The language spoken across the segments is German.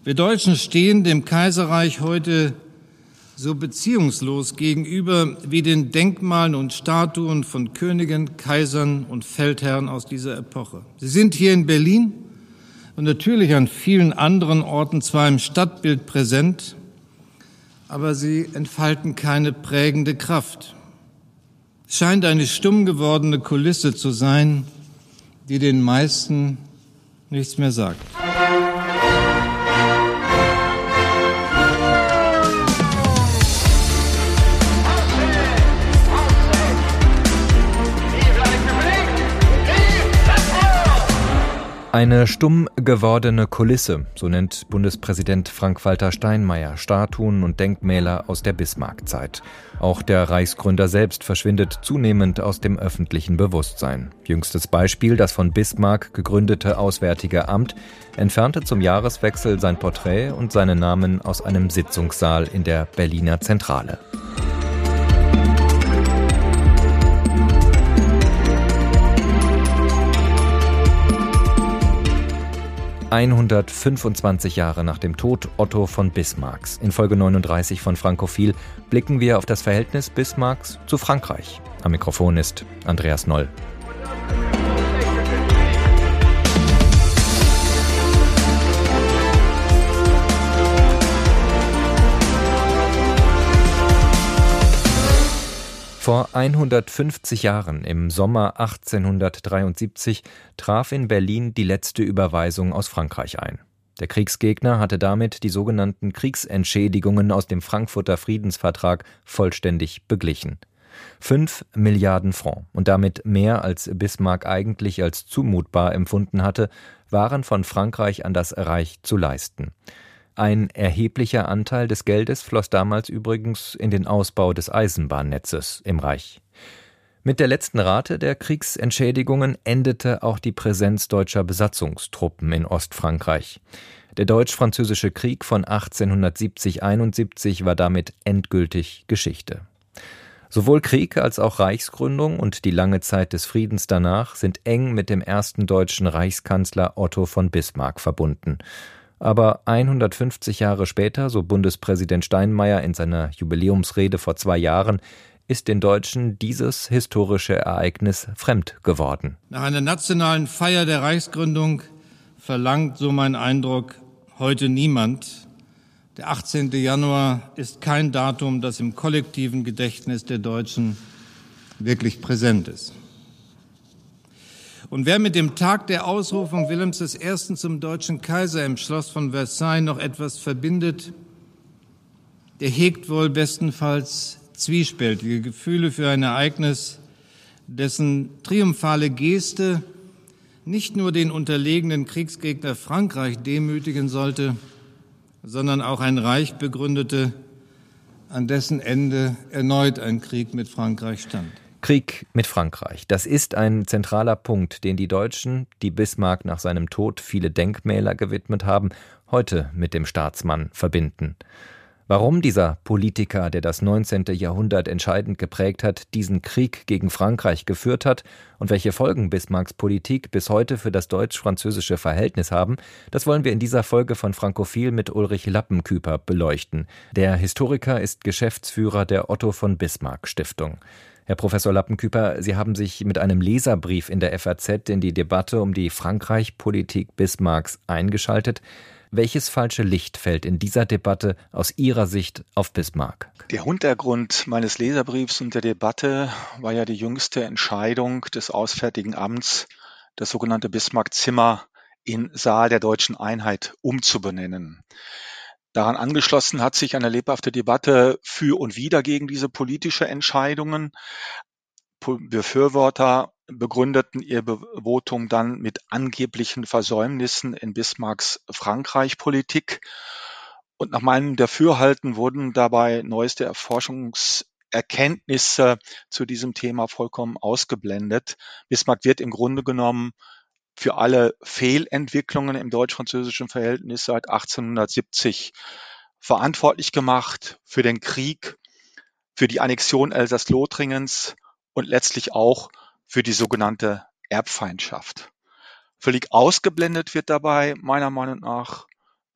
Wir Deutschen stehen dem Kaiserreich heute so beziehungslos gegenüber wie den Denkmalen und Statuen von Königen, Kaisern und Feldherren aus dieser Epoche. Sie sind hier in Berlin und natürlich an vielen anderen Orten zwar im Stadtbild präsent, aber sie entfalten keine prägende Kraft. Es scheint eine stumm gewordene Kulisse zu sein, die den meisten nichts mehr sagt. Eine stumm gewordene Kulisse, so nennt Bundespräsident Frank-Walter Steinmeier Statuen und Denkmäler aus der Bismarck-Zeit. Auch der Reichsgründer selbst verschwindet zunehmend aus dem öffentlichen Bewusstsein. Jüngstes Beispiel, das von Bismarck gegründete Auswärtige Amt, entfernte zum Jahreswechsel sein Porträt und seinen Namen aus einem Sitzungssaal in der Berliner Zentrale. ...125 Jahre nach dem Tod Otto von Bismarcks. In Folge 39 von Frankophil blicken wir auf das Verhältnis Bismarcks zu Frankreich. Am Mikrofon ist Andreas Noll. Vor 150 Jahren, im Sommer 1873, traf in Berlin die letzte Überweisung aus Frankreich ein. Der Kriegsgegner hatte damit die sogenannten Kriegsentschädigungen aus dem Frankfurter Friedensvertrag vollständig beglichen. 5 Milliarden Francs und damit mehr als Bismarck eigentlich als zumutbar empfunden hatte, waren von Frankreich an das Reich zu leisten. Ein erheblicher Anteil des Geldes floss damals übrigens in den Ausbau des Eisenbahnnetzes im Reich. Mit der letzten Rate der Kriegsentschädigungen endete auch die Präsenz deutscher Besatzungstruppen in Ostfrankreich. Der Deutsch-Französische Krieg von 1870-71 war damit endgültig Geschichte. Sowohl Krieg als auch Reichsgründung und die lange Zeit des Friedens danach sind eng mit dem ersten deutschen Reichskanzler Otto von Bismarck verbunden. Aber 150 Jahre später, so Bundespräsident Steinmeier in seiner Jubiläumsrede vor 2 Jahren, ist den Deutschen dieses historische Ereignis fremd geworden. Nach einer nationalen Feier der Reichsgründung verlangt, so mein Eindruck, heute niemand. Der 18. Januar ist kein Datum, das im kollektiven Gedächtnis der Deutschen wirklich präsent ist. Und wer mit dem Tag der Ausrufung Wilhelms I. zum deutschen Kaiser im Schloss von Versailles noch etwas verbindet, der hegt wohl bestenfalls zwiespältige Gefühle für ein Ereignis, dessen triumphale Geste nicht nur den unterlegenen Kriegsgegner Frankreich demütigen sollte, sondern auch ein Reich begründete, an dessen Ende erneut ein Krieg mit Frankreich stand. Krieg mit Frankreich. Das ist ein zentraler Punkt, den die Deutschen, die Bismarck nach seinem Tod viele Denkmäler gewidmet haben, heute mit dem Staatsmann verbinden. Warum dieser Politiker, der das 19. Jahrhundert entscheidend geprägt hat, diesen Krieg gegen Frankreich geführt hat und welche Folgen Bismarcks Politik bis heute für das deutsch-französische Verhältnis haben, das wollen wir in dieser Folge von Frankophil mit Ulrich Lappenküper beleuchten. Der Historiker ist Geschäftsführer der Otto von Bismarck Stiftung. Herr Professor Lappenküper, Sie haben sich mit einem Leserbrief in der FAZ in die Debatte um die Frankreich-Politik Bismarcks eingeschaltet. Welches falsche Licht fällt in dieser Debatte aus Ihrer Sicht auf Bismarck? Der Hintergrund meines Leserbriefs und der Debatte war ja die jüngste Entscheidung des Auswärtigen Amts, das sogenannte Bismarck-Zimmer in Saal der Deutschen Einheit umzubenennen. Daran angeschlossen hat sich eine lebhafte Debatte für und wider gegen diese politische Entscheidungen. Befürworter begründeten ihr Votum dann mit angeblichen Versäumnissen in Bismarcks Frankreich-Politik. Und nach meinem Dafürhalten wurden dabei neueste Forschungserkenntnisse zu diesem Thema vollkommen ausgeblendet. Bismarck wird im Grunde genommen für alle Fehlentwicklungen im deutsch-französischen Verhältnis seit 1870 verantwortlich gemacht, für den Krieg, für die Annexion Elsass-Lothringens und letztlich auch für die sogenannte Erbfeindschaft. Völlig ausgeblendet wird dabei meiner Meinung nach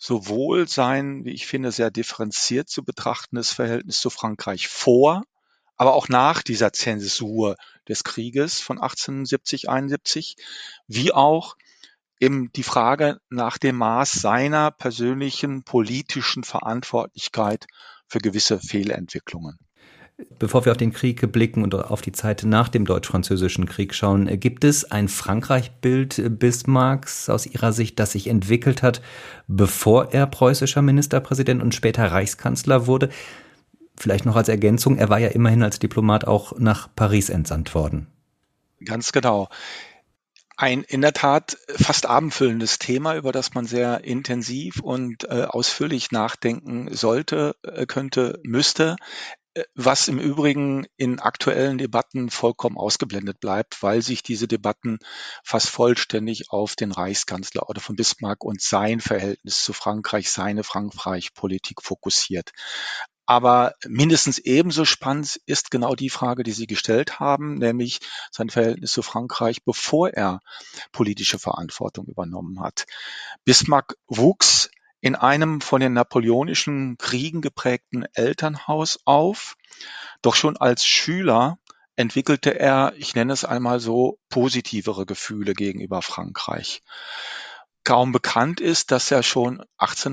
sowohl sein, wie ich finde, sehr differenziert zu betrachtendes Verhältnis zu Frankreich vor, aber auch nach dieser Zäsur des Krieges von 1870-71, wie auch eben die Frage nach dem Maß seiner persönlichen politischen Verantwortlichkeit für gewisse Fehlentwicklungen. Bevor wir auf den Krieg blicken und auf die Zeit nach dem Deutsch-Französischen Krieg schauen, gibt es ein Frankreich-Bild Bismarcks aus Ihrer Sicht, das sich entwickelt hat, bevor er preußischer Ministerpräsident und später Reichskanzler wurde? Vielleicht noch als Ergänzung, er war ja immerhin als Diplomat auch nach Paris entsandt worden. Ganz genau. Ein in der Tat fast abendfüllendes Thema, über das man sehr intensiv und ausführlich nachdenken sollte, könnte, müsste, was im Übrigen in aktuellen Debatten vollkommen ausgeblendet bleibt, weil sich diese Debatten fast vollständig auf den Reichskanzler Otto von Bismarck und sein Verhältnis zu Frankreich, seine Frankreich-Politik fokussiert. Aber mindestens ebenso spannend ist genau die Frage, die Sie gestellt haben, nämlich sein Verhältnis zu Frankreich, bevor er politische Verantwortung übernommen hat. Bismarck wuchs in einem von den napoleonischen Kriegen geprägten Elternhaus auf. Doch schon als Schüler entwickelte er, ich nenne es einmal so, positivere Gefühle gegenüber Frankreich. Kaum bekannt ist, dass er schon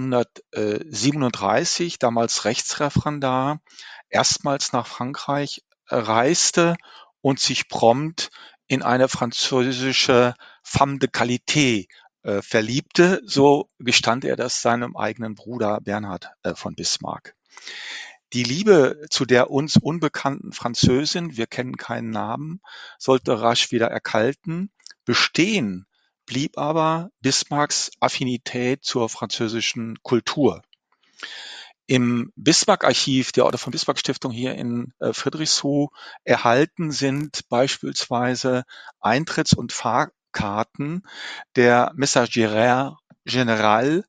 1837, damals Rechtsreferendar, erstmals nach Frankreich reiste und sich prompt in eine französische Femme de Qualité verliebte. So gestand er das seinem eigenen Bruder Bernhard von Bismarck. Die Liebe zu der uns unbekannten Französin, wir kennen keinen Namen, sollte rasch wieder erkalten. Bestehen blieb aber Bismarcks Affinität zur französischen Kultur. Im Bismarck-Archiv der Otto von Bismarck-Stiftung hier in Friedrichsruh erhalten sind beispielsweise Eintritts- und Fahrkarten der Messagerie Générale,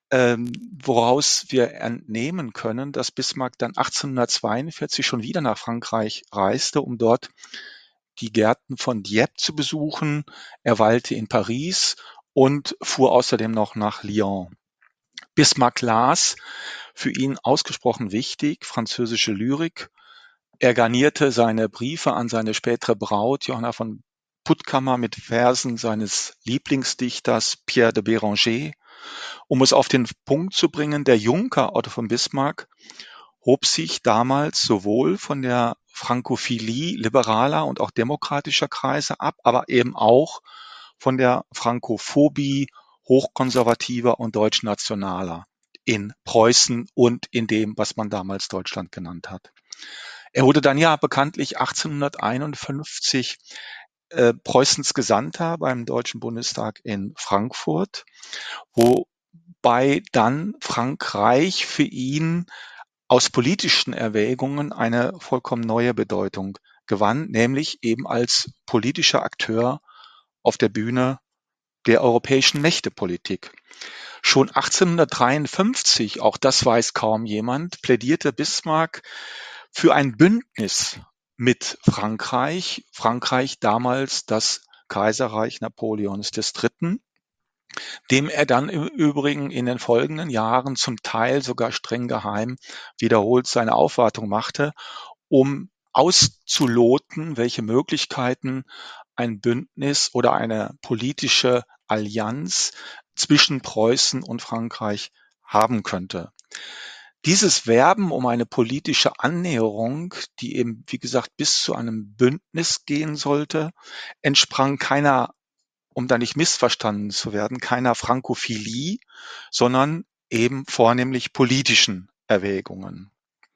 woraus wir entnehmen können, dass Bismarck dann 1842 schon wieder nach Frankreich reiste, um dort die Gärten von Dieppe zu besuchen. Er weilte in Paris und fuhr außerdem noch nach Lyon. Bismarck las, für ihn ausgesprochen wichtig, französische Lyrik. Er garnierte seine Briefe an seine spätere Braut Johanna von Puttkamer mit Versen seines Lieblingsdichters Pierre de Béranger. Um es auf den Punkt zu bringen, der Junker Otto von Bismarck hob sich damals sowohl von der Frankophilie liberaler und auch demokratischer Kreise ab, aber eben auch von der Frankophobie hochkonservativer und deutschnationaler in Preußen und in dem, was man damals Deutschland genannt hat. Er wurde dann ja bekanntlich 1851 Preußens Gesandter beim Deutschen Bundestag in Frankfurt, wobei dann Frankreich für ihn aus politischen Erwägungen eine vollkommen neue Bedeutung gewann, nämlich eben als politischer Akteur auf der Bühne der europäischen Mächtepolitik. Schon 1853, auch das weiß kaum jemand, plädierte Bismarck für ein Bündnis mit Frankreich. Frankreich damals das Kaiserreich Napoleons III., dem er dann im Übrigen in den folgenden Jahren zum Teil sogar streng geheim wiederholt seine Aufwartung machte, um auszuloten, welche Möglichkeiten ein Bündnis oder eine politische Allianz zwischen Preußen und Frankreich haben könnte. Dieses Werben um eine politische Annäherung, die eben, wie gesagt, bis zu einem Bündnis gehen sollte, entsprang keiner, um da nicht missverstanden zu werden, keiner Frankophilie, sondern eben vornehmlich politischen Erwägungen.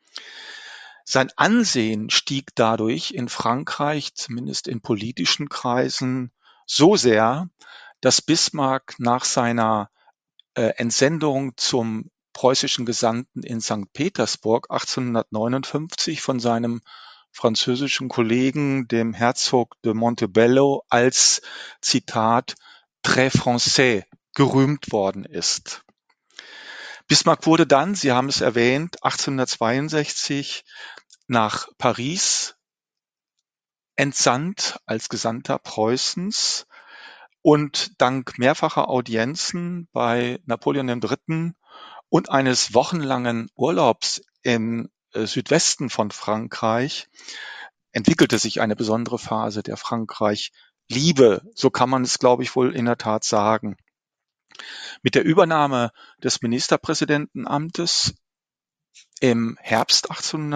Sein Ansehen stieg dadurch in Frankreich, zumindest in politischen Kreisen, so sehr, dass Bismarck nach seiner Entsendung zum preußischen Gesandten in St. Petersburg 1859 von seinem französischen Kollegen, dem Herzog de Montebello, als, Zitat, très français gerühmt worden ist. Bismarck wurde dann, Sie haben es erwähnt, 1862 nach Paris entsandt als Gesandter Preußens, Und dank mehrfacher Audienzen bei Napoleon III. Und eines wochenlangen Urlaubs im Südwesten von Frankreich entwickelte sich eine besondere Phase der Frankreich-Liebe. So kann man es, glaube ich, wohl in der Tat sagen. Mit der Übernahme des Ministerpräsidentenamtes im Herbst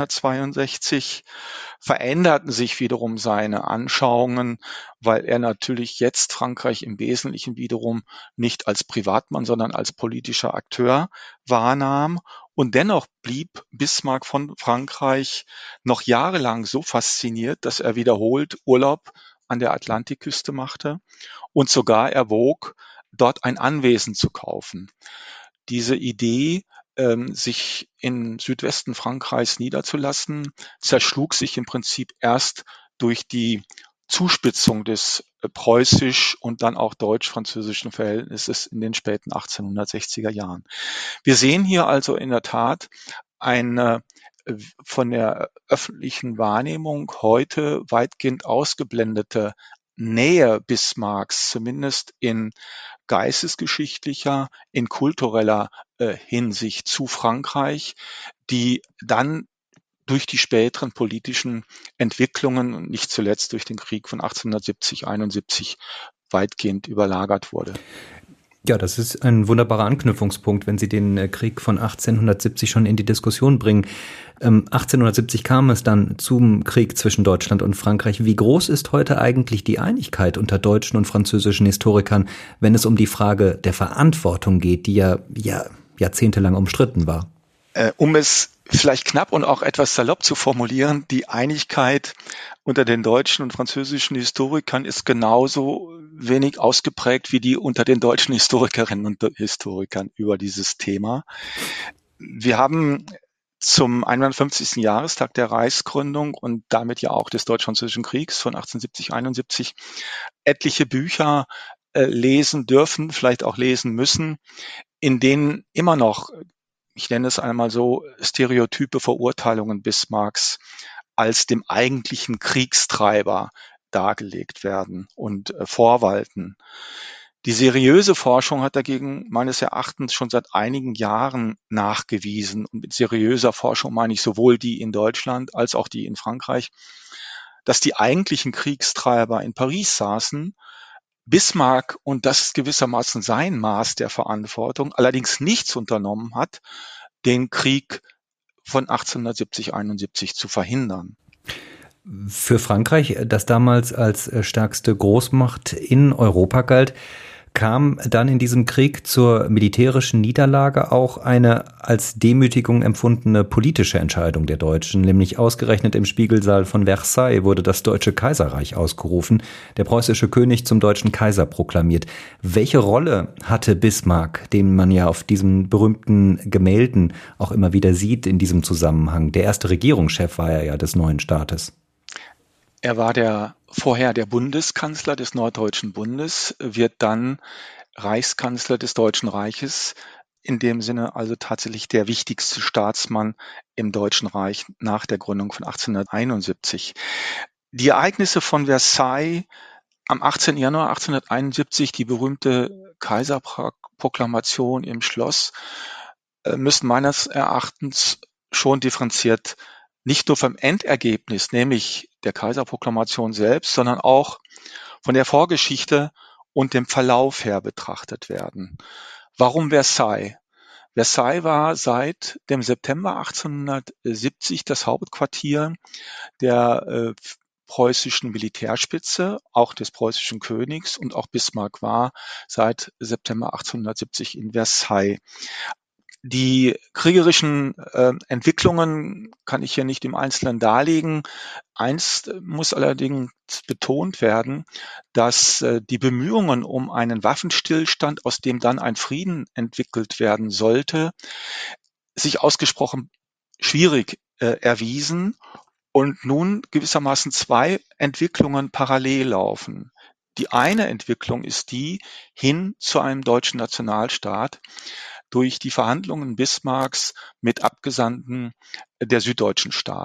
1862 veränderten sich wiederum seine Anschauungen, weil er natürlich jetzt Frankreich im Wesentlichen wiederum nicht als Privatmann, sondern als politischer Akteur wahrnahm. Und dennoch blieb Bismarck von Frankreich noch jahrelang so fasziniert, dass er wiederholt Urlaub an der Atlantikküste machte und sogar erwog, dort ein Anwesen zu kaufen. Diese Idee, sich im Südwesten Frankreichs niederzulassen, zerschlug sich im Prinzip erst durch die Zuspitzung des preußisch- und dann auch deutsch-französischen Verhältnisses in den späten 1860er Jahren. Wir sehen hier also in der Tat eine von der öffentlichen Wahrnehmung heute weitgehend ausgeblendete Nähe Bismarcks, zumindest in geistesgeschichtlicher, in kultureller Hinsicht zu Frankreich, die dann durch die späteren politischen Entwicklungen und nicht zuletzt durch den Krieg von 1870-71 weitgehend überlagert wurde. Ja, das ist ein wunderbarer Anknüpfungspunkt, wenn Sie den Krieg von 1870 schon in die Diskussion bringen. 1870 kam es dann zum Krieg zwischen Deutschland und Frankreich. Wie groß ist heute eigentlich die Einigkeit unter deutschen und französischen Historikern, wenn es um die Frage der Verantwortung geht, die ja jahrzehntelang umstritten war? Um es vielleicht knapp und auch etwas salopp zu formulieren, die Einigkeit unter den deutschen und französischen Historikern ist genauso wenig ausgeprägt wie die unter den deutschen Historikerinnen und Historikern über dieses Thema. Wir haben zum 150. Jahrestag der Reichsgründung und damit ja auch des Deutsch-Französischen Kriegs von 1870-71 etliche Bücher lesen dürfen, vielleicht auch lesen müssen, in denen immer noch, ich nenne es einmal so, stereotype Verurteilungen Bismarcks als dem eigentlichen Kriegstreiber dargelegt werden und vorwalten. Die seriöse Forschung hat dagegen meines Erachtens schon seit einigen Jahren nachgewiesen, und mit seriöser Forschung meine ich sowohl die in Deutschland als auch die in Frankreich, dass die eigentlichen Kriegstreiber in Paris saßen, Bismarck, und das ist gewissermaßen sein Maß der Verantwortung, allerdings nichts unternommen hat, den Krieg von 1870-71 zu verhindern. Für Frankreich, das damals als stärkste Großmacht in Europa galt, kam dann in diesem Krieg zur militärischen Niederlage auch eine als Demütigung empfundene politische Entscheidung der Deutschen, nämlich ausgerechnet im Spiegelsaal von Versailles wurde das Deutsche Kaiserreich ausgerufen, der preußische König zum deutschen Kaiser proklamiert. Welche Rolle hatte Bismarck, den man ja auf diesen berühmten Gemälden auch immer wieder sieht in diesem Zusammenhang? Der erste Regierungschef war er ja des neuen Staates. Er war vorher der Bundeskanzler des Norddeutschen Bundes, wird dann Reichskanzler des Deutschen Reiches, in dem Sinne also tatsächlich der wichtigste Staatsmann im Deutschen Reich nach der Gründung von 1871. Die Ereignisse von Versailles am 18. Januar 1871, die berühmte Kaiserproklamation im Schloss, müssen meines Erachtens schon differenziert nicht nur vom Endergebnis, nämlich der Kaiserproklamation selbst, sondern auch von der Vorgeschichte und dem Verlauf her betrachtet werden. Warum Versailles? Versailles war seit dem September 1870 das Hauptquartier der preußischen Militärspitze, auch des preußischen Königs, und auch Bismarck war seit September 1870 in Versailles. Die kriegerischen Entwicklungen kann ich hier nicht im Einzelnen darlegen. Eins muss allerdings betont werden, dass die Bemühungen um einen Waffenstillstand, aus dem dann ein Frieden entwickelt werden sollte, sich ausgesprochen schwierig erwiesen und nun gewissermaßen zwei Entwicklungen parallel laufen. Die eine Entwicklung ist die hin zu einem deutschen Nationalstaat durch die Verhandlungen Bismarcks mit Abgesandten der süddeutschen Staaten.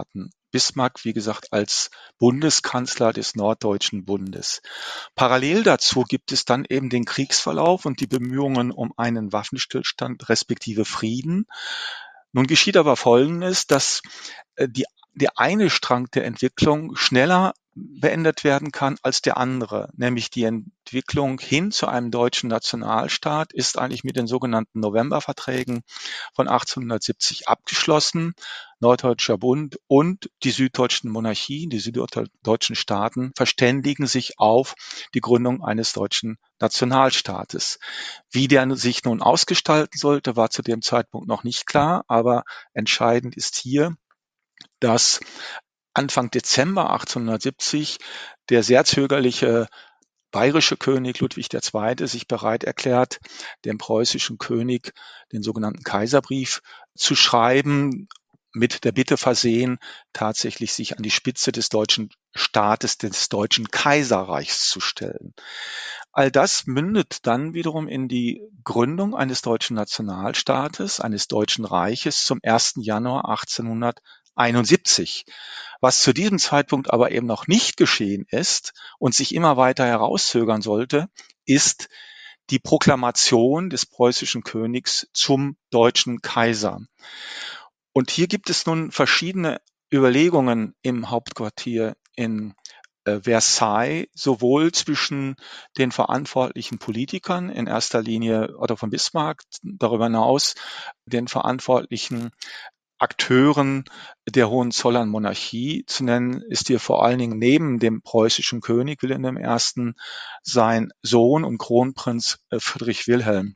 Bismarck, wie gesagt, als Bundeskanzler des Norddeutschen Bundes. Parallel dazu gibt es dann eben den Kriegsverlauf und die Bemühungen um einen Waffenstillstand respektive Frieden. Nun geschieht aber Folgendes, dass der eine Strang der Entwicklung schneller beendet werden kann als der andere, nämlich die Entwicklung hin zu einem deutschen Nationalstaat ist eigentlich mit den sogenannten Novemberverträgen von 1870 abgeschlossen. Norddeutscher Bund und die süddeutschen Monarchien, die süddeutschen Staaten verständigen sich auf die Gründung eines deutschen Nationalstaates. Wie der sich nun ausgestalten sollte, war zu dem Zeitpunkt noch nicht klar, aber entscheidend ist hier, dass Anfang Dezember 1870 der sehr zögerliche bayerische König Ludwig II. Sich bereit erklärt, dem preußischen König den sogenannten Kaiserbrief zu schreiben, mit der Bitte versehen, tatsächlich sich an die Spitze des deutschen Staates, des deutschen Kaiserreichs zu stellen. All das mündet dann wiederum in die Gründung eines deutschen Nationalstaates, eines deutschen Reiches zum 1. Januar 1871. Was zu diesem Zeitpunkt aber eben noch nicht geschehen ist und sich immer weiter herauszögern sollte, ist die Proklamation des preußischen Königs zum deutschen Kaiser. Und hier gibt es nun verschiedene Überlegungen im Hauptquartier in Versailles, sowohl zwischen den verantwortlichen Politikern, in erster Linie Otto von Bismarck, darüber hinaus den verantwortlichen Akteuren der Hohenzollern-Monarchie. Zu nennen ist hier vor allen Dingen neben dem preußischen König Wilhelm I. Sein Sohn und Kronprinz Friedrich Wilhelm.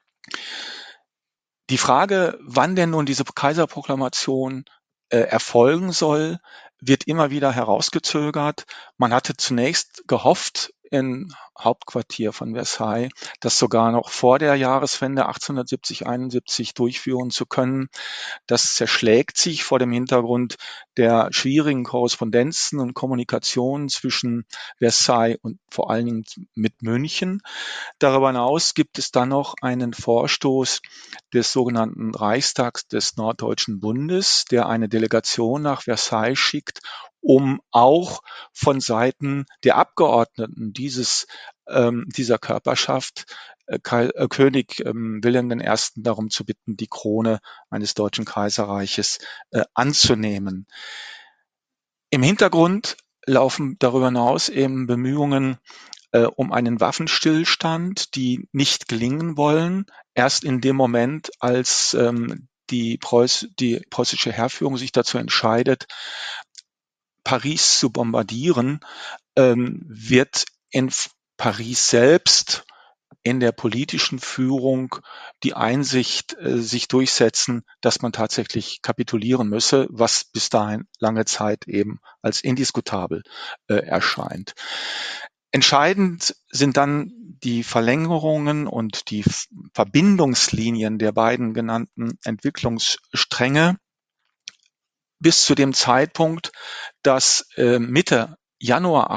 Die Frage, wann denn nun diese Kaiserproklamation erfolgen soll, wird immer wieder herausgezögert. Man hatte zunächst gehofft im Hauptquartier von Versailles, das sogar noch vor der Jahreswende 1870/71 durchführen zu können. Das zerschlägt sich vor dem Hintergrund der schwierigen Korrespondenzen und Kommunikation zwischen Versailles und vor allen Dingen mit München. Darüber hinaus gibt es dann noch einen Vorstoß des sogenannten Reichstags des Norddeutschen Bundes, der eine Delegation nach Versailles schickt, um auch von Seiten der Abgeordneten dieser Körperschaft König Wilhelm I. darum zu bitten, die Krone eines deutschen Kaiserreiches anzunehmen. Im Hintergrund laufen darüber hinaus eben Bemühungen um einen Waffenstillstand, die nicht gelingen wollen. Erst in dem Moment, als die preußische Heerführung sich dazu entscheidet, Paris zu bombardieren, wird in Paris selbst in der politischen Führung die Einsicht sich durchsetzen, dass man tatsächlich kapitulieren müsse, was bis dahin lange Zeit eben als indiskutabel erscheint. Entscheidend sind dann die Verlängerungen und die Verbindungslinien der beiden genannten Entwicklungsstränge bis zu dem Zeitpunkt, dass Mitte Januar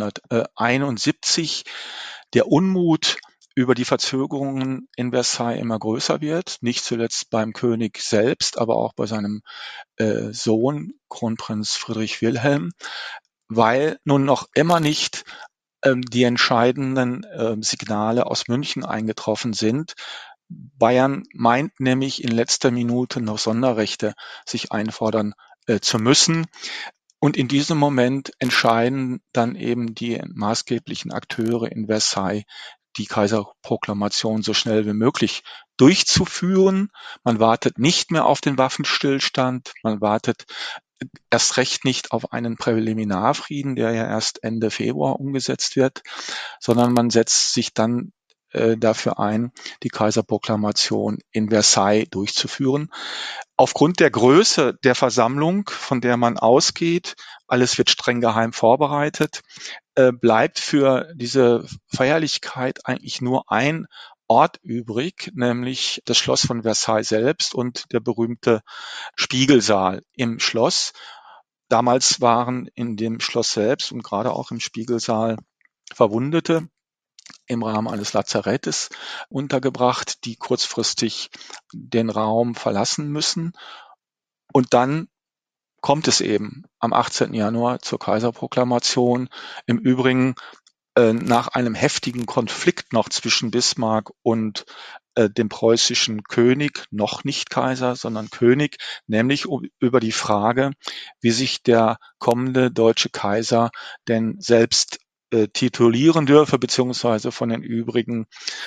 1871 der Unmut über die Verzögerungen in Versailles immer größer wird, nicht zuletzt beim König selbst, aber auch bei seinem Sohn, Kronprinz Friedrich Wilhelm, weil nun noch immer nicht die entscheidenden Signale aus München eingetroffen sind. Bayern meint nämlich in letzter Minute noch Sonderrechte sich einfordern zu müssen. Und in diesem Moment entscheiden dann eben die maßgeblichen Akteure in Versailles, die Kaiserproklamation so schnell wie möglich durchzuführen. Man wartet nicht mehr auf den Waffenstillstand, man wartet erst recht nicht auf einen Präliminarfrieden, der ja erst Ende Februar umgesetzt wird, sondern man setzt sich dann dafür ein, die Kaiserproklamation in Versailles durchzuführen. Aufgrund der Größe der Versammlung, von der man ausgeht, alles wird streng geheim vorbereitet, bleibt für diese Feierlichkeit eigentlich nur ein Ort übrig, nämlich das Schloss von Versailles selbst und der berühmte Spiegelsaal im Schloss. Damals waren in dem Schloss selbst und gerade auch im Spiegelsaal Verwundete im Rahmen eines Lazarettes untergebracht, die kurzfristig den Raum verlassen müssen und dann kommt es eben am 18. Januar zur Kaiserproklamation. Im Übrigen nach einem heftigen Konflikt noch zwischen Bismarck und dem preußischen König, noch nicht Kaiser, sondern König, nämlich über die Frage, wie sich der kommende deutsche Kaiser denn selbst titulieren dürfe, beziehungsweise von den übrigen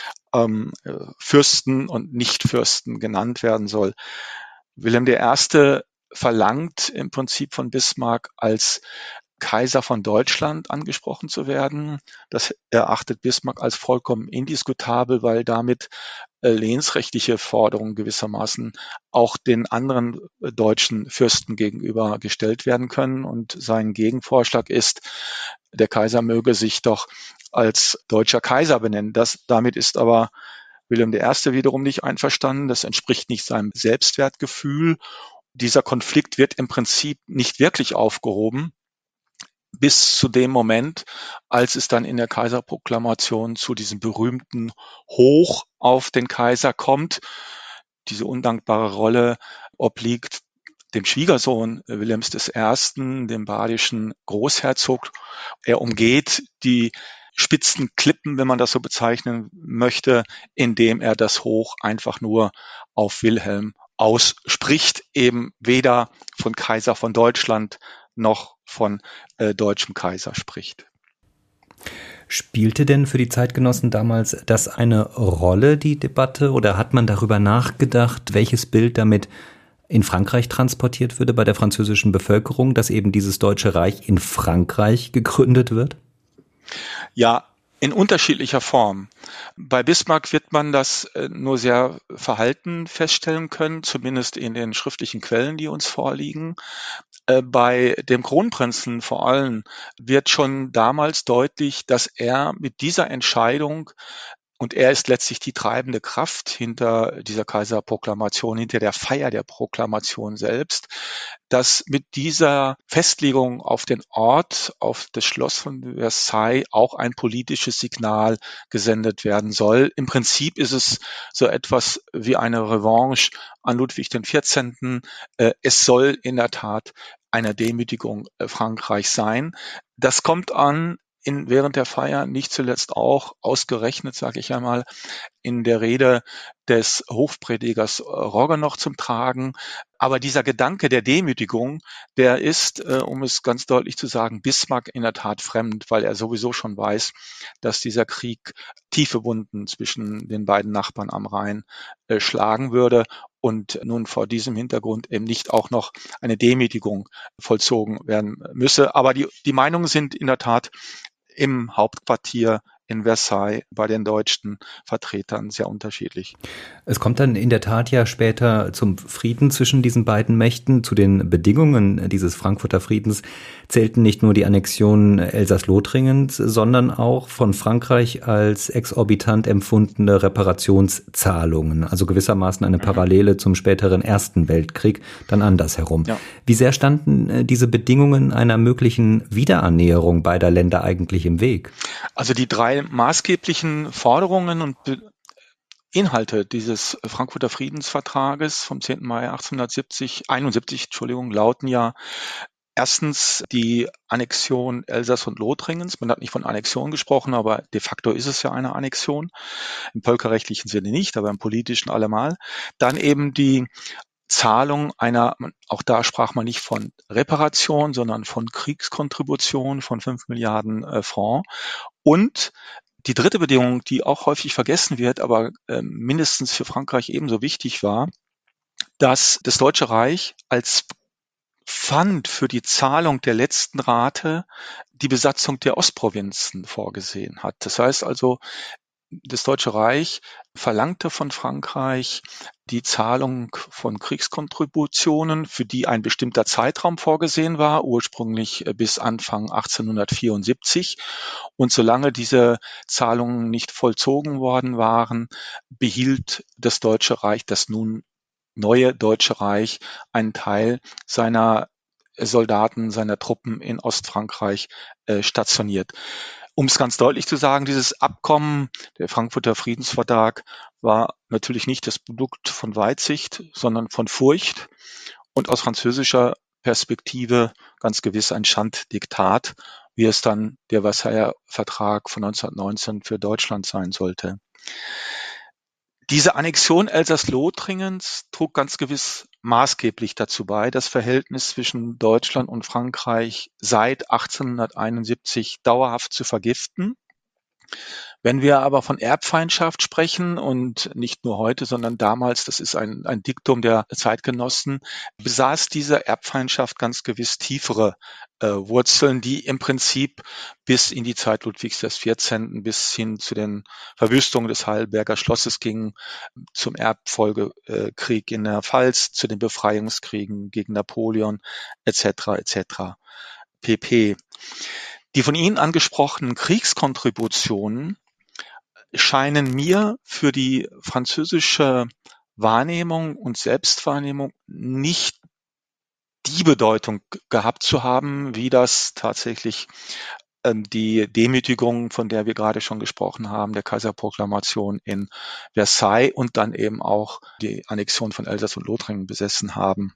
Fürsten und Nichtfürsten genannt werden soll. Wilhelm I. verlangt im Prinzip von Bismarck als Kaiser von Deutschland angesprochen zu werden. Das erachtet Bismarck als vollkommen indiskutabel, weil damit lehensrechtliche Forderungen gewissermaßen auch den anderen deutschen Fürsten gegenüber gestellt werden können. Und sein Gegenvorschlag ist, der Kaiser möge sich doch als deutscher Kaiser benennen. Damit ist aber Wilhelm I. wiederum nicht einverstanden. Das entspricht nicht seinem Selbstwertgefühl. Dieser Konflikt wird im Prinzip nicht wirklich aufgehoben, bis zu dem Moment, als es dann in der Kaiserproklamation zu diesem berühmten Hoch auf den Kaiser kommt. Diese undankbare Rolle obliegt dem Schwiegersohn Wilhelms I., dem badischen Großherzog. Er umgeht die spitzen Klippen, wenn man das so bezeichnen möchte, indem er das Hoch einfach nur auf Wilhelm ausspricht, eben weder von Kaiser von Deutschland noch von deutschem Kaiser spricht. Spielte denn für die Zeitgenossen damals das eine Rolle, die Debatte, oder hat man darüber nachgedacht, welches Bild damit in Frankreich transportiert würde bei der französischen Bevölkerung, dass eben dieses Deutsche Reich in Frankreich gegründet wird? Ja, in unterschiedlicher Form. Bei Bismarck wird man das nur sehr verhalten feststellen können, zumindest in den schriftlichen Quellen, die uns vorliegen. Bei dem Kronprinzen vor allem wird schon damals deutlich, dass er mit dieser Entscheidung, und er ist letztlich die treibende Kraft hinter dieser Kaiserproklamation, hinter der Feier der Proklamation selbst, dass mit dieser Festlegung auf den Ort, auf das Schloss von Versailles auch ein politisches Signal gesendet werden soll. Im Prinzip ist es so etwas wie eine Revanche an Ludwig XIV. Es soll in der Tat eine Demütigung Frankreichs sein. Das kommt an während der Feier nicht zuletzt auch ausgerechnet, sage ich einmal, in der Rede des Hofpredigers Rogge noch zum Tragen. Aber dieser Gedanke der Demütigung, der ist, um es ganz deutlich zu sagen, Bismarck in der Tat fremd, weil er sowieso schon weiß, dass dieser Krieg tiefe Wunden zwischen den beiden Nachbarn am Rhein schlagen würde und nun vor diesem Hintergrund eben nicht auch noch eine Demütigung vollzogen werden müsse. Aber die Meinungen sind in der Tat im Hauptquartier in Versailles bei den deutschen Vertretern sehr unterschiedlich. Es kommt dann in der Tat ja später zum Frieden zwischen diesen beiden Mächten. Zu den Bedingungen dieses Frankfurter Friedens zählten nicht nur die Annexion Elsass-Lothringens, sondern auch von Frankreich als exorbitant empfundene Reparationszahlungen. Also gewissermaßen eine Parallele zum späteren Ersten Weltkrieg, dann andersherum. Ja. Wie sehr standen diese Bedingungen einer möglichen Wiederannäherung beider Länder eigentlich im Weg? Also die drei maßgeblichen Forderungen und Inhalte dieses Frankfurter Friedensvertrages vom 10. Mai 1871 lauten ja erstens die Annexion Elsass und Lothringens. Man hat nicht von Annexion gesprochen, aber de facto ist es ja eine Annexion. Im völkerrechtlichen Sinne nicht, aber im politischen allemal. Dann eben die Zahlung einer, auch da sprach man nicht von Reparation, sondern von Kriegskontribution von 5 Milliarden Francs. Und die dritte Bedingung, die auch häufig vergessen wird, aber mindestens für Frankreich ebenso wichtig war, dass das Deutsche Reich als Pfand für die Zahlung der letzten Rate die Besatzung der Ostprovinzen vorgesehen hat. Das heißt also, das Deutsche Reich verlangte von Frankreich die Zahlung von Kriegskontributionen, für die ein bestimmter Zeitraum vorgesehen war, ursprünglich bis Anfang 1874. Und solange diese Zahlungen nicht vollzogen worden waren, behielt das Deutsche Reich, das nun neue Deutsche Reich, einen Teil seiner Soldaten, seiner Truppen in Ostfrankreich stationiert. Um es ganz deutlich zu sagen, dieses Abkommen, der Frankfurter Friedensvertrag, war natürlich nicht das Produkt von Weitsicht, sondern von Furcht. Und aus französischer Perspektive ganz gewiss ein Schanddiktat, wie es dann der Versailler Vertrag von 1919 für Deutschland sein sollte. Diese Annexion Elsass-Lothringens trug ganz gewiss maßgeblich dazu bei, das Verhältnis zwischen Deutschland und Frankreich seit 1871 dauerhaft zu vergiften. Wenn wir aber von Erbfeindschaft sprechen und nicht nur heute, sondern damals, das ist ein Diktum der Zeitgenossen, besaß diese Erbfeindschaft ganz gewiss tiefere Wurzeln, die im Prinzip bis in die Zeit Ludwigs XIV. Bis hin zu den Verwüstungen des Heidelberger Schlosses gingen, zum Erbfolgekrieg in der Pfalz, zu den Befreiungskriegen gegen Napoleon etc. pp. Die von Ihnen angesprochenen Kriegskontributionen scheinen mir für die französische Wahrnehmung und Selbstwahrnehmung nicht die Bedeutung gehabt zu haben, wie das tatsächlich die Demütigung, von der wir gerade schon gesprochen haben, der Kaiserproklamation in Versailles und dann eben auch die Annexion von Elsass und Lothringen besessen haben.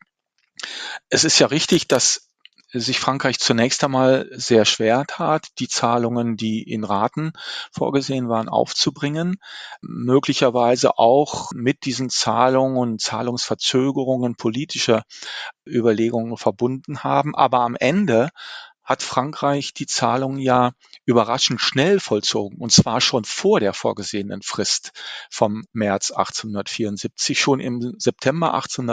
Es ist ja richtig, dass sich Frankreich zunächst einmal sehr schwer tat, die Zahlungen, die in Raten vorgesehen waren, aufzubringen, möglicherweise auch mit diesen Zahlungen und Zahlungsverzögerungen politische Überlegungen verbunden haben. Aber am Ende hat Frankreich die Zahlungen ja überraschend schnell vollzogen, und zwar schon vor der vorgesehenen Frist vom März 1874. Schon im September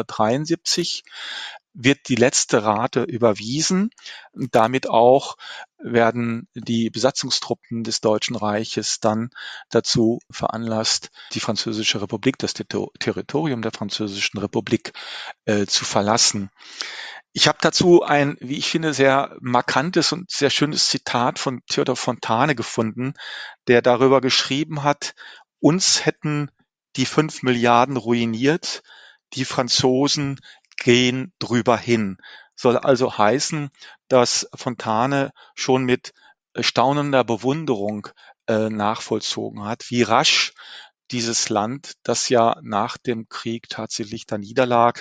1873 wird die letzte Rate überwiesen. Damit auch werden die Besatzungstruppen des Deutschen Reiches dann dazu veranlasst, die Französische Republik, das Territorium der Französischen Republik zu verlassen. Ich habe dazu ein, wie ich finde, sehr markantes und sehr schönes Zitat von Theodor Fontane gefunden, der darüber geschrieben hat: Uns hätten die 5 Milliarden ruiniert, die Franzosen gehen drüber hin. Soll also heißen, dass Fontane schon mit staunender Bewunderung nachvollzogen hat, wie rasch dieses Land, das ja nach dem Krieg tatsächlich da niederlag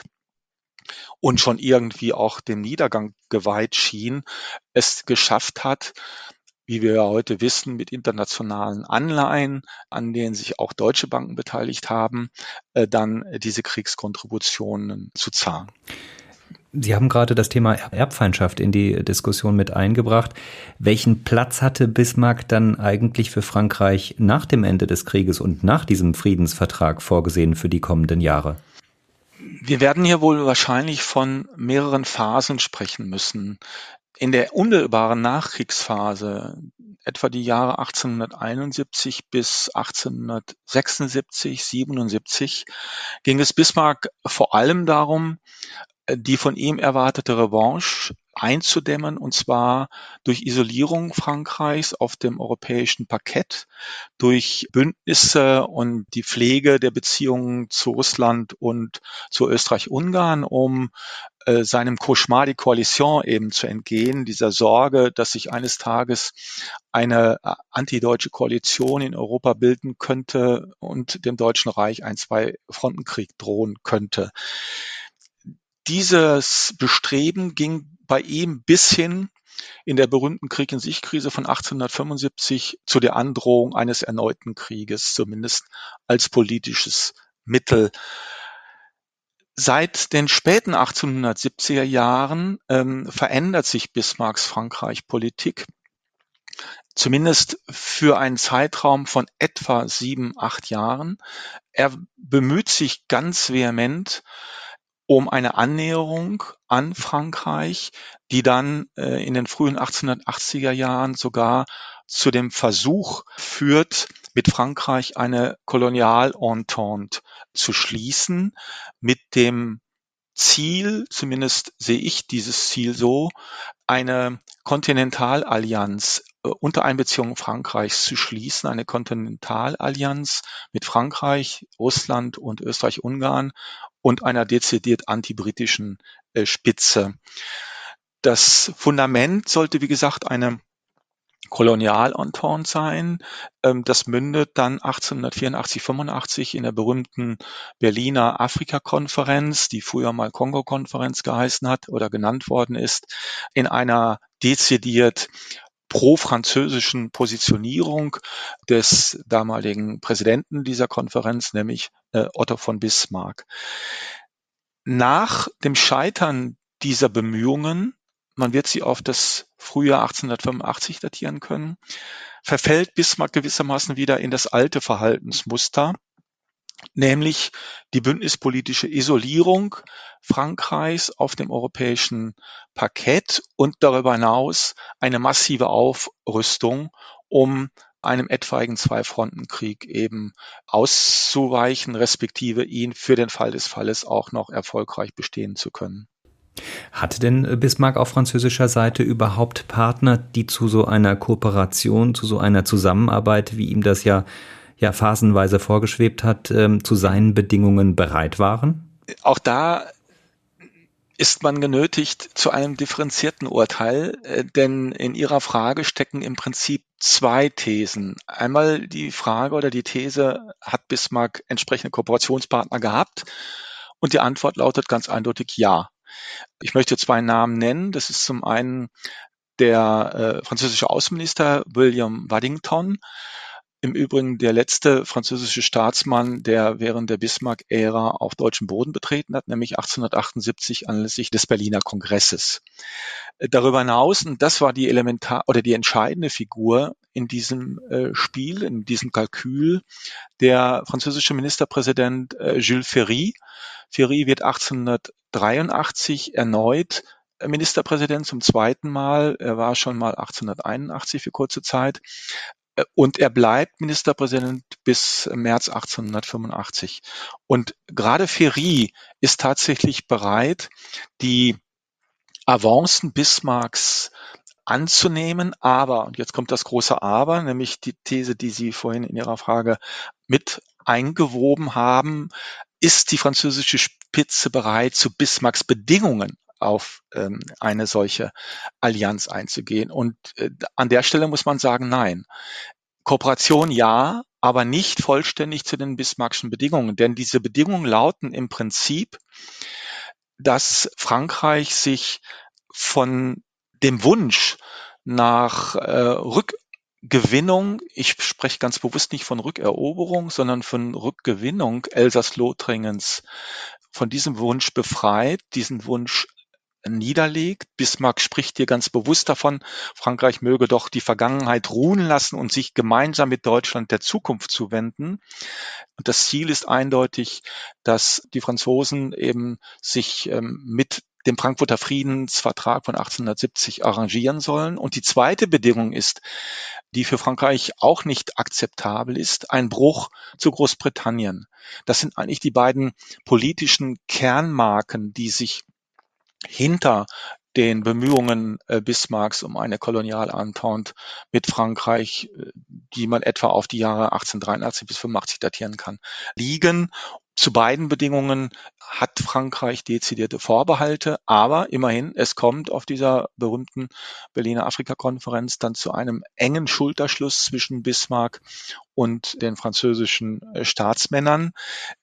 und schon irgendwie auch dem Niedergang geweiht schien, es geschafft hat, wie wir ja heute wissen, mit internationalen Anleihen, an denen sich auch deutsche Banken beteiligt haben, dann diese Kriegskontributionen zu zahlen. Sie haben gerade das Thema Erbfeindschaft in die Diskussion mit eingebracht. Welchen Platz hatte Bismarck dann eigentlich für Frankreich nach dem Ende des Krieges und nach diesem Friedensvertrag vorgesehen für die kommenden Jahre? Wir werden hier wohl wahrscheinlich von mehreren Phasen sprechen müssen. In der unmittelbaren Nachkriegsphase, etwa die Jahre 1871 bis 1876, 77, ging es Bismarck vor allem darum, die von ihm erwartete Revanche einzudämmen, und zwar durch Isolierung Frankreichs auf dem europäischen Parkett, durch Bündnisse und die Pflege der Beziehungen zu Russland und zu Österreich-Ungarn, um seinem Cauchemar de Coalition eben zu entgehen, dieser Sorge, dass sich eines Tages eine antideutsche Koalition in Europa bilden könnte und dem Deutschen Reich ein Zwei-Fronten-Krieg drohen könnte. Dieses Bestreben ging bei ihm bis hin in der berühmten Krieg-in-sich-Krise von 1875 zu der Androhung eines erneuten Krieges, zumindest als politisches Mittel. Seit den späten 1870er Jahren verändert sich Bismarcks Frankreich-Politik, zumindest für einen Zeitraum von etwa 7-8 Jahren. Er bemüht sich ganz vehement um eine Annäherung an Frankreich, die dann in den frühen 1880er Jahren sogar zu dem Versuch führt, mit Frankreich eine Kolonialentente zu schließen, mit dem Ziel, zumindest sehe ich dieses Ziel so, eine Kontinentalallianz unter Einbeziehung Frankreichs zu schließen, eine Kontinentalallianz mit Frankreich, Russland und Österreich-Ungarn und einer dezidiert antibritischen Spitze. Das Fundament sollte, wie gesagt, eine Kolonialentente sein. Das mündet dann 1884/85 in der berühmten Berliner Afrika-Konferenz, die früher mal Kongo-Konferenz geheißen hat oder genannt worden ist, in einer dezidiert pro-französischen Positionierung des damaligen Präsidenten dieser Konferenz, nämlich Otto von Bismarck. Nach dem Scheitern dieser Bemühungen, man wird sie auf das Frühjahr 1885 datieren können, verfällt Bismarck gewissermaßen wieder in das alte Verhaltensmuster, nämlich die bündnispolitische Isolierung Frankreichs auf dem europäischen Parkett und darüber hinaus eine massive Aufrüstung, um einem etwaigen Zwei-Fronten-Krieg eben auszuweichen, respektive ihn für den Fall des Falles auch noch erfolgreich bestehen zu können. Hatte denn Bismarck auf französischer Seite überhaupt Partner, die zu so einer Kooperation, zu so einer Zusammenarbeit, wie ihm das ja phasenweise vorgeschwebt hat, zu seinen Bedingungen bereit waren? Auch da ist man genötigt zu einem differenzierten Urteil, denn in Ihrer Frage stecken im Prinzip zwei Thesen. Einmal die Frage oder die These, hat Bismarck entsprechende Kooperationspartner gehabt? Und die Antwort lautet ganz eindeutig ja. Ich möchte zwei Namen nennen. Das ist zum einen der französische Außenminister William Waddington, im Übrigen der letzte französische Staatsmann, der während der Bismarck-Ära auch deutschen Boden betreten hat, nämlich 1878 anlässlich des Berliner Kongresses. Darüber hinaus, und das war die die entscheidende Figur in diesem Spiel, in diesem Kalkül, der französische Ministerpräsident Jules Ferry. Ferry wird 1883 erneut Ministerpräsident zum zweiten Mal. Er war schon mal 1881 für kurze Zeit. Und er bleibt Ministerpräsident bis März 1885. Und gerade Ferry ist tatsächlich bereit, die Avancen Bismarcks anzunehmen, aber, und jetzt kommt das große Aber, nämlich die These, die Sie vorhin in Ihrer Frage mit eingewoben haben, ist die französische Spitze bereit, zu Bismarcks Bedingungen auf eine solche Allianz einzugehen. Und an der Stelle muss man sagen, nein. Kooperation ja, aber nicht vollständig zu den Bismarckschen Bedingungen. Denn diese Bedingungen lauten im Prinzip, dass Frankreich sich von dem Wunsch nach Rückgewinnung, ich spreche ganz bewusst nicht von Rückeroberung, sondern von Rückgewinnung Elsass-Lothringens, von diesem Wunsch befreit, diesen Wunsch niederlegt. Bismarck spricht hier ganz bewusst davon, Frankreich möge doch die Vergangenheit ruhen lassen und sich gemeinsam mit Deutschland der Zukunft zuwenden. Und das Ziel ist eindeutig, dass die Franzosen eben sich mit dem Frankfurter Friedensvertrag von 1870 arrangieren sollen. Und die zweite Bedingung ist, die für Frankreich auch nicht akzeptabel ist, ein Bruch zu Großbritannien. Das sind eigentlich die beiden politischen Kernmarken, die sich hinter den Bemühungen Bismarcks um eine Kolonialentente mit Frankreich, die man etwa auf die Jahre 1883 bis 85 datieren kann, liegen. Zu beiden Bedingungen hat Frankreich dezidierte Vorbehalte, aber immerhin, es kommt auf dieser berühmten Berliner Afrika-Konferenz dann zu einem engen Schulterschluss zwischen Bismarck und den französischen Staatsmännern,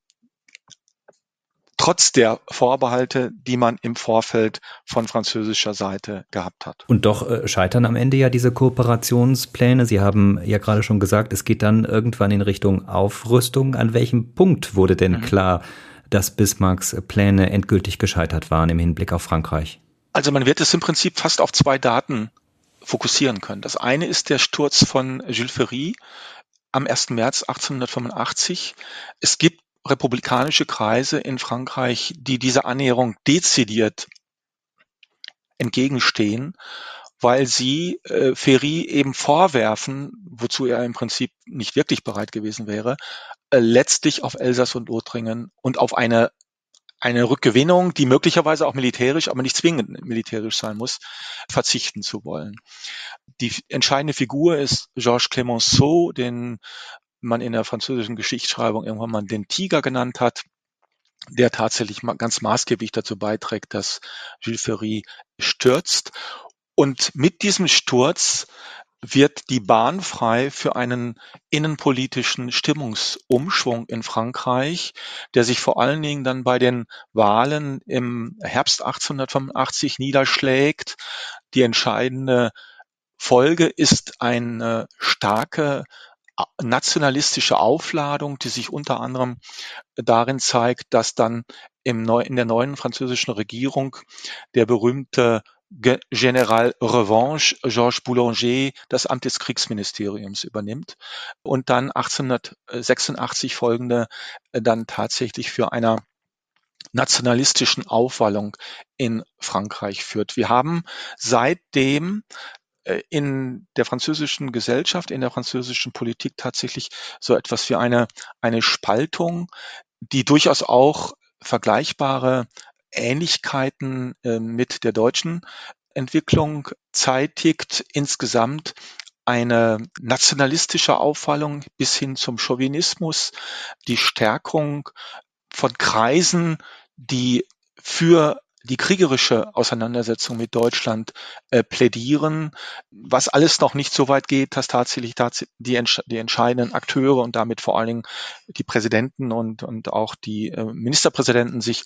trotz der Vorbehalte, die man im Vorfeld von französischer Seite gehabt hat. Und doch scheitern am Ende ja diese Kooperationspläne. Sie haben ja gerade schon gesagt, es geht dann irgendwann in Richtung Aufrüstung. An welchem Punkt wurde denn klar, dass Bismarcks Pläne endgültig gescheitert waren im Hinblick auf Frankreich? Also man wird es im Prinzip fast auf zwei Daten fokussieren können. Das eine ist der Sturz von Jules Ferry am 1. März 1885. Es gibt republikanische Kreise in Frankreich, die dieser Annäherung dezidiert entgegenstehen, weil sie Ferry eben vorwerfen, wozu er im Prinzip nicht wirklich bereit gewesen wäre, letztlich auf Elsass und Lothringen und auf eine Rückgewinnung, die möglicherweise auch militärisch, aber nicht zwingend militärisch sein muss, verzichten zu wollen. Die entscheidende Figur ist Georges Clemenceau, den man in der französischen Geschichtsschreibung irgendwann mal den Tiger genannt hat, der tatsächlich ganz maßgeblich dazu beiträgt, dass Jules Ferry stürzt. Und mit diesem Sturz wird die Bahn frei für einen innenpolitischen Stimmungsumschwung in Frankreich, der sich vor allen Dingen dann bei den Wahlen im Herbst 1885 niederschlägt. Die entscheidende Folge ist eine starke nationalistische Aufladung, die sich unter anderem darin zeigt, dass dann in der neuen französischen Regierung der berühmte General Revanche, Georges Boulanger, das Amt des Kriegsministeriums übernimmt und dann 1886 folgende dann tatsächlich für einer nationalistischen Aufwallung in Frankreich führt. Wir haben seitdem in der französischen Gesellschaft, in der französischen Politik tatsächlich so etwas wie eine Spaltung, die durchaus auch vergleichbare Ähnlichkeiten mit der deutschen Entwicklung zeitigt. Insgesamt eine nationalistische Aufwallung bis hin zum Chauvinismus, die Stärkung von Kreisen, die für die kriegerische Auseinandersetzung mit Deutschland plädieren, was alles noch nicht so weit geht, dass tatsächlich die entscheidenden Akteure und damit vor allen Dingen die Präsidenten und auch die Ministerpräsidenten sich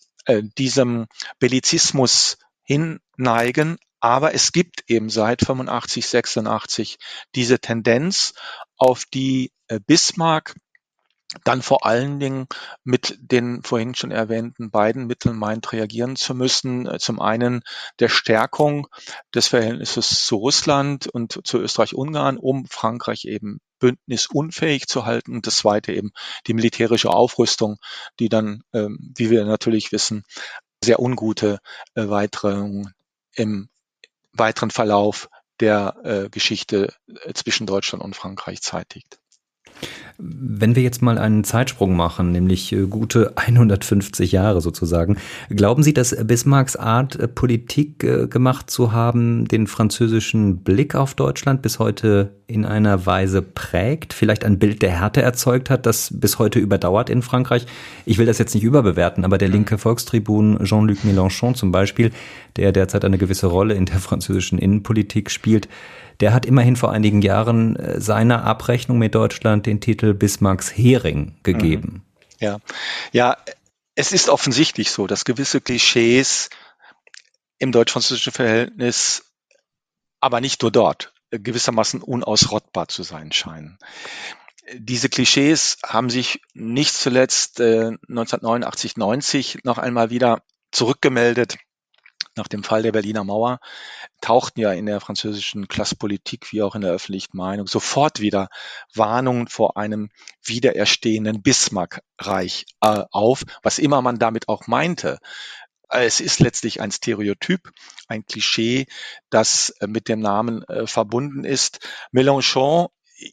diesem Bellizismus hinneigen. Aber es gibt eben seit 85, 86 diese Tendenz, auf die Bismarck dann vor allen Dingen mit den vorhin schon erwähnten beiden Mitteln meint, reagieren zu müssen. Zum einen der Stärkung des Verhältnisses zu Russland und zu Österreich-Ungarn, um Frankreich eben bündnisunfähig zu halten. Und das zweite eben die militärische Aufrüstung, die dann, wie wir natürlich wissen, sehr ungute Weiterungen im weiteren Verlauf der Geschichte zwischen Deutschland und Frankreich zeitigt. Wenn wir jetzt mal einen Zeitsprung machen, nämlich gute 150 Jahre sozusagen, glauben Sie, dass Bismarcks Art, Politik gemacht zu haben, den französischen Blick auf Deutschland bis heute in einer Weise prägt, vielleicht ein Bild der Härte erzeugt hat, das bis heute überdauert in Frankreich? Ich will das jetzt nicht überbewerten, aber der linke Volkstribun Jean-Luc Mélenchon zum Beispiel, der derzeit eine gewisse Rolle in der französischen Innenpolitik spielt, der hat immerhin vor einigen Jahren seiner Abrechnung mit Deutschland den Titel Bismarcks Hering gegeben. Ja, es ist offensichtlich so, dass gewisse Klischees im deutsch-französischen Verhältnis, aber nicht nur dort, gewissermaßen unausrottbar zu sein scheinen. Diese Klischees haben sich nicht zuletzt 1989, 90 noch einmal wieder zurückgemeldet. Nach dem Fall der Berliner Mauer tauchten ja in der französischen Klassenpolitik wie auch in der öffentlichen Meinung sofort wieder Warnungen vor einem wiedererstehenden Bismarck-Reich auf, was immer man damit auch meinte. Es ist letztlich ein Stereotyp, ein Klischee, das mit dem Namen verbunden ist. Mélenchon,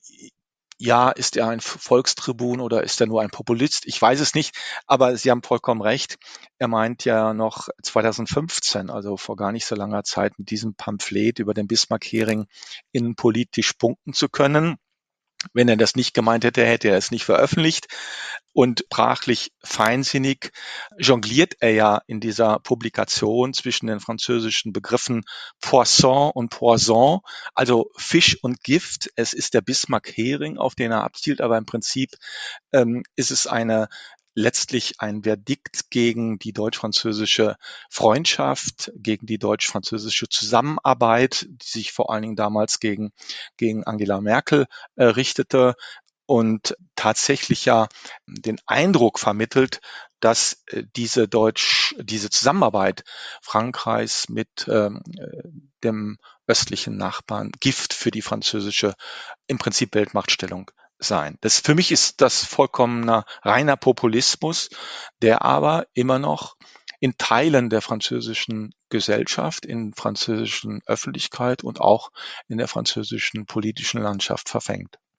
ja, ist er ein Volkstribun oder ist er nur ein Populist? Ich weiß es nicht, aber Sie haben vollkommen recht. Er meint ja noch 2015, also vor gar nicht so langer Zeit, mit diesem Pamphlet über den Bismarck-Hering innenpolitisch punkten zu können. Wenn er das nicht gemeint hätte, hätte er es nicht veröffentlicht. Und sprachlich feinsinnig jongliert er ja in dieser Publikation zwischen den französischen Begriffen Poisson und Poison, also Fisch und Gift. Es ist der Bismarck-Hering, auf den er abzielt, aber im Prinzip ist es letztlich ein Verdikt gegen die deutsch-französische Freundschaft, gegen die deutsch-französische Zusammenarbeit, die sich vor allen Dingen damals gegen Angela Merkel richtete und tatsächlich ja den Eindruck vermittelt, dass diese Zusammenarbeit Frankreichs mit dem östlichen Nachbarn Gift für die französische, im Prinzip Weltmachtstellung sein. Für mich ist das vollkommener reiner Populismus, der aber immer noch in Teilen der französischen Gesellschaft, in französischen Öffentlichkeit und auch in der französischen politischen Landschaft verfängt.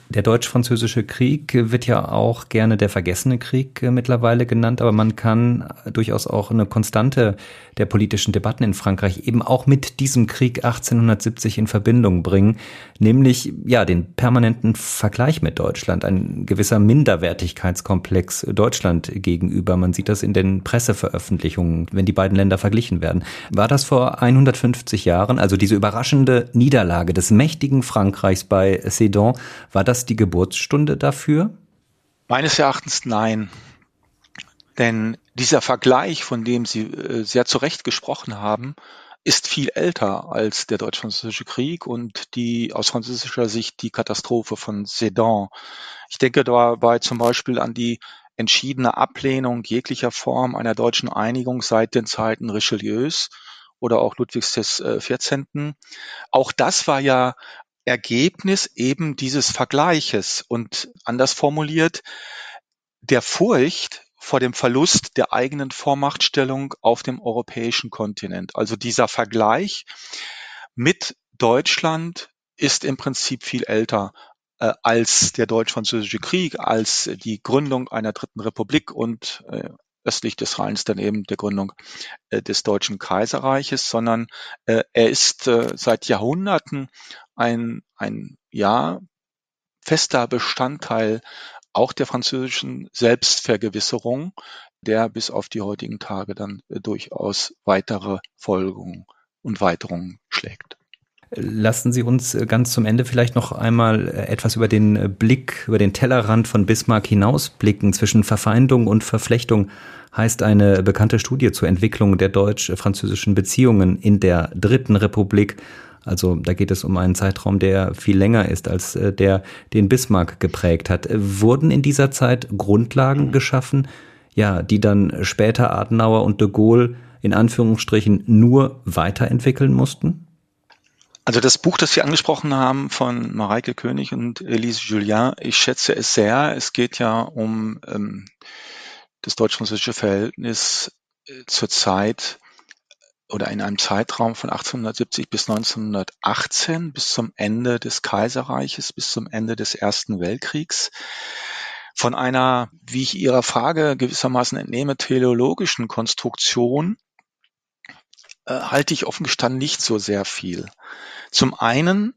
Der Deutsch-Französische Krieg wird ja auch gerne der vergessene Krieg mittlerweile genannt, aber man kann durchaus auch eine Konstante der politischen Debatten in Frankreich eben auch mit diesem Krieg 1870 in Verbindung bringen, nämlich ja den permanenten Vergleich mit Deutschland, ein gewisser Minderwertigkeitskomplex Deutschland gegenüber. Man sieht das in den Presseveröffentlichungen, wenn die beiden Länder verglichen werden. War das vor 150 Jahren, also diese überraschende Niederlage des mächtigen Frankreichs bei Sedan, war das die Geburtsstunde dafür? Meines Erachtens nein. Denn dieser Vergleich, von dem Sie sehr zu Recht gesprochen haben, ist viel älter als der Deutsch-Französische Krieg und die aus französischer Sicht die Katastrophe von Sedan. Ich denke dabei zum Beispiel an die entschiedene Ablehnung jeglicher Form einer deutschen Einigung seit den Zeiten Richelieus oder auch Ludwigs des 14. Auch das war ja Ergebnis eben dieses Vergleiches und anders formuliert, der Furcht vor dem Verlust der eigenen Vormachtstellung auf dem europäischen Kontinent. Also dieser Vergleich mit Deutschland ist im Prinzip viel älter als der Deutsch-Französische Krieg, als die Gründung einer dritten Republik und östlich des Rheins dann eben der Gründung des Deutschen Kaiserreiches, sondern er ist seit Jahrhunderten ein fester Bestandteil auch der französischen Selbstvergewisserung, der bis auf die heutigen Tage dann durchaus weitere Folgerungen und Weiterungen schlägt. Lassen Sie uns ganz zum Ende vielleicht noch einmal etwas über den Blick, über den Tellerrand von Bismarck hinausblicken. Zwischen Verfeindung und Verflechtung heißt eine bekannte Studie zur Entwicklung der deutsch-französischen Beziehungen in der Dritten Republik. Also da geht es um einen Zeitraum, der viel länger ist als der, den Bismarck geprägt hat. Wurden in dieser Zeit Grundlagen geschaffen, ja, die dann später Adenauer und de Gaulle in Anführungsstrichen nur weiterentwickeln mussten? Also das Buch, das Sie angesprochen haben von Mareike König und Elise Julien, ich schätze es sehr. Es geht ja um das deutsch-französische Verhältnis zur Zeit oder in einem Zeitraum von 1870 bis 1918, bis zum Ende des Kaiserreiches, bis zum Ende des Ersten Weltkriegs. Von einer, wie ich Ihrer Frage gewissermaßen entnehme, teleologischen Konstruktion halte ich offen gestanden nicht so sehr viel. Zum einen,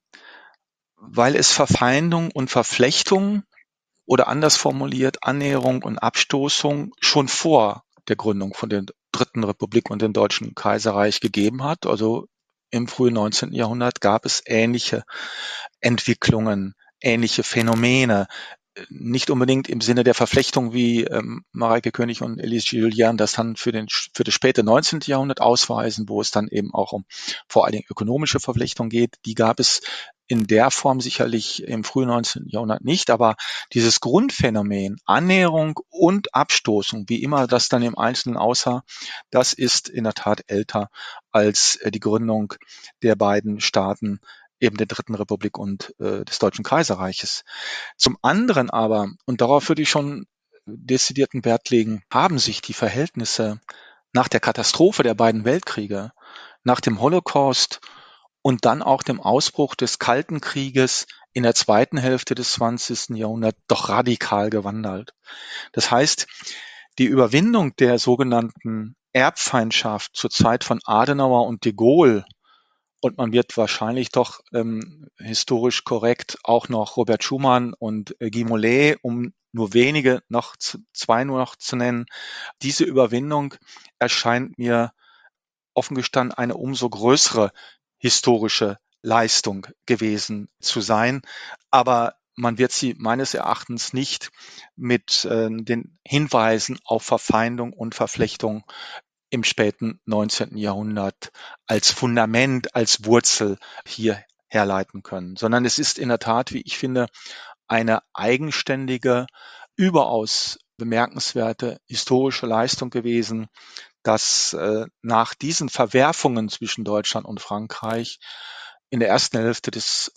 weil es Verfeindung und Verflechtung oder anders formuliert Annäherung und Abstoßung schon vor der Gründung von der Dritten Republik und dem Deutschen Kaiserreich gegeben hat. Also im frühen 19. Jahrhundert gab es ähnliche Entwicklungen, ähnliche Phänomene. Nicht unbedingt im Sinne der Verflechtung wie Mareike König und Elise Julien das dann für das späte 19. Jahrhundert ausweisen, wo es dann eben auch um vor allen Dingen ökonomische Verflechtung geht. Die gab es in der Form sicherlich im frühen 19. Jahrhundert nicht, aber dieses Grundphänomen Annäherung und Abstoßung, wie immer das dann im Einzelnen aussah, das ist in der Tat älter als die Gründung der beiden Staaten, eben der Dritten Republik und des Deutschen Kaiserreiches. Zum anderen aber, und darauf würde ich schon dezidierten Wert legen, haben sich die Verhältnisse nach der Katastrophe der beiden Weltkriege, nach dem Holocaust und dann auch dem Ausbruch des Kalten Krieges in der zweiten Hälfte des 20. Jahrhunderts doch radikal gewandelt. Das heißt, die Überwindung der sogenannten Erbfeindschaft zur Zeit von Adenauer und de Gaulle, und man wird wahrscheinlich doch historisch korrekt auch noch Robert Schuman und Guy Mollet, um nur wenige, zwei nur noch zu nennen. Diese Überwindung erscheint mir offen gestanden eine umso größere historische Leistung gewesen zu sein. Aber man wird sie meines Erachtens nicht mit den Hinweisen auf Verfeindung und Verflechtung im späten 19. Jahrhundert als Fundament, als Wurzel hier herleiten können, sondern es ist in der Tat, wie ich finde, eine eigenständige, überaus bemerkenswerte historische Leistung gewesen, dass nach diesen Verwerfungen zwischen Deutschland und Frankreich in der ersten Hälfte des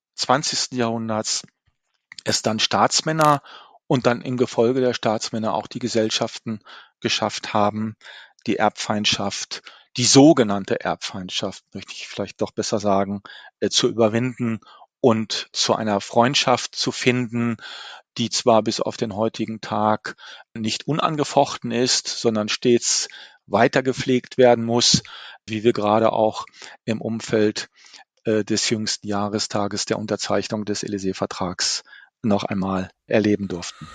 20. Jahrhunderts es dann Staatsmänner und dann im Gefolge der Staatsmänner auch die Gesellschaften geschafft haben, die Erbfeindschaft, die sogenannte Erbfeindschaft, möchte ich vielleicht doch besser sagen, zu überwinden und zu einer Freundschaft zu finden, die zwar bis auf den heutigen Tag nicht unangefochten ist, sondern stets weiter gepflegt werden muss, wie wir gerade auch im Umfeld des jüngsten Jahrestages der Unterzeichnung des Élysée-Vertrags noch einmal erleben durften.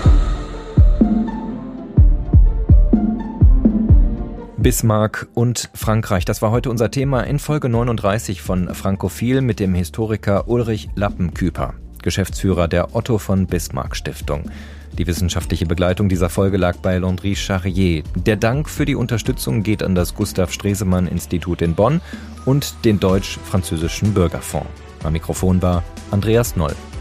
Bismarck und Frankreich, das war heute unser Thema in Folge 39 von Frankophil mit dem Historiker Ulrich Lappenküper, Geschäftsführer der Otto von Bismarck Stiftung. Die wissenschaftliche Begleitung dieser Folge lag bei Landry Charrier. Der Dank für die Unterstützung geht an das Gustav Stresemann Institut in Bonn und den Deutsch-Französischen Bürgerfonds. Am Mikrofon war Andreas Noll.